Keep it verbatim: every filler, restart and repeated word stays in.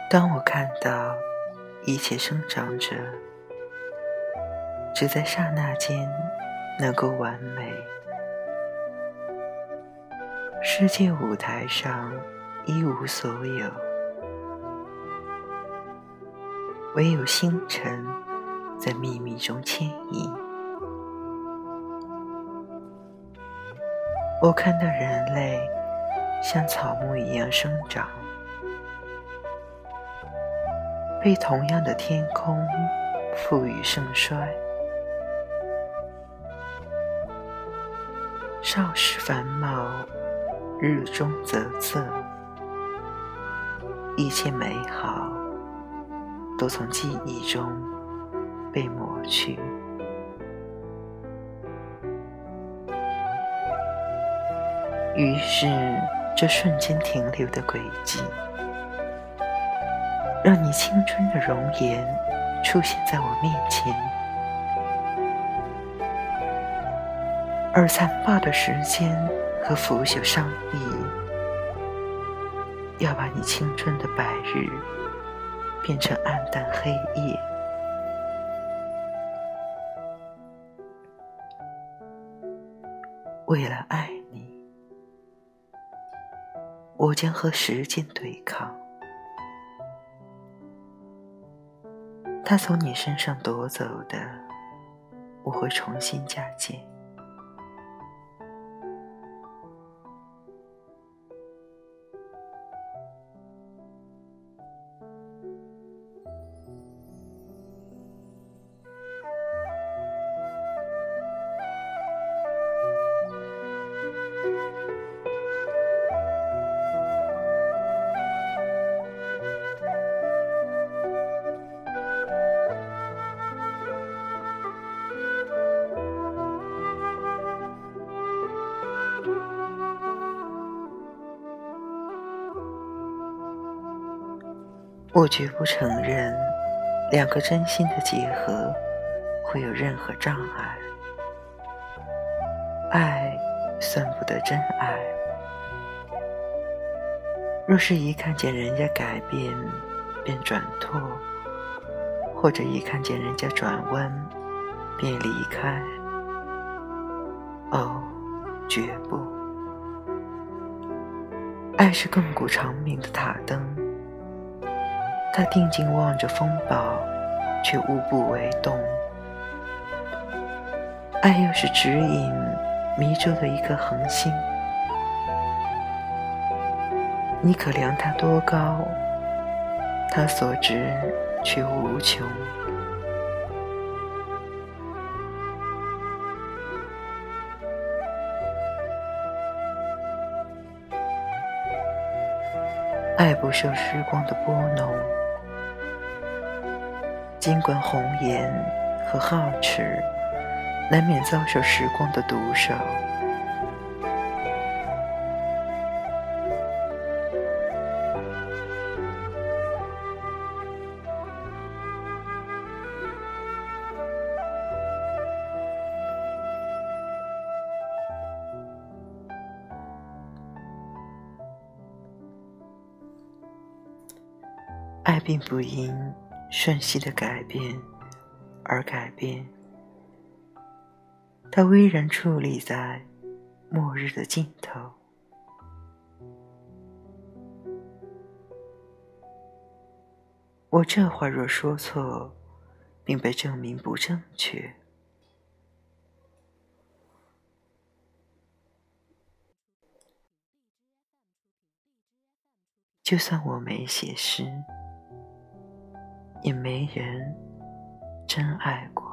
当我看到一切生长着，只在刹那间能够完美，世界舞台上一无所有，唯有星辰在秘密中牵引。我看到人类像草木一样生长，被同样的天空赋予盛衰。少时繁茂，日中泽泽，一切美好都从记忆中被抹去。于是这瞬间停留的轨迹，让你青春的容颜出现在我面前，而残暴的时间和腐朽上意，要把你青春的白日变成暗淡黑夜。为了爱你，我将和时间对抗，他从你身上夺走的，我会重新嫁接。我绝不承认两个真心的结合会有任何障碍。爱算不得真爱，若是一看见人家改变便转脱，或者一看见人家转弯便离开，哦，绝不。爱是亘古长明的塔灯，它定睛望着风暴，却无不为动。爱又是指引迷周的一颗恒星，你可量它多高，它所值却无穷。爱不受时光的拨弄，尽管红颜和皓齿难免遭受时光的毒手，爱并不因瞬息的改变而改变，它巍然矗立在末日的尽头。我这话若说错，并被证明不正确。就算我没写诗，也没人真爱过。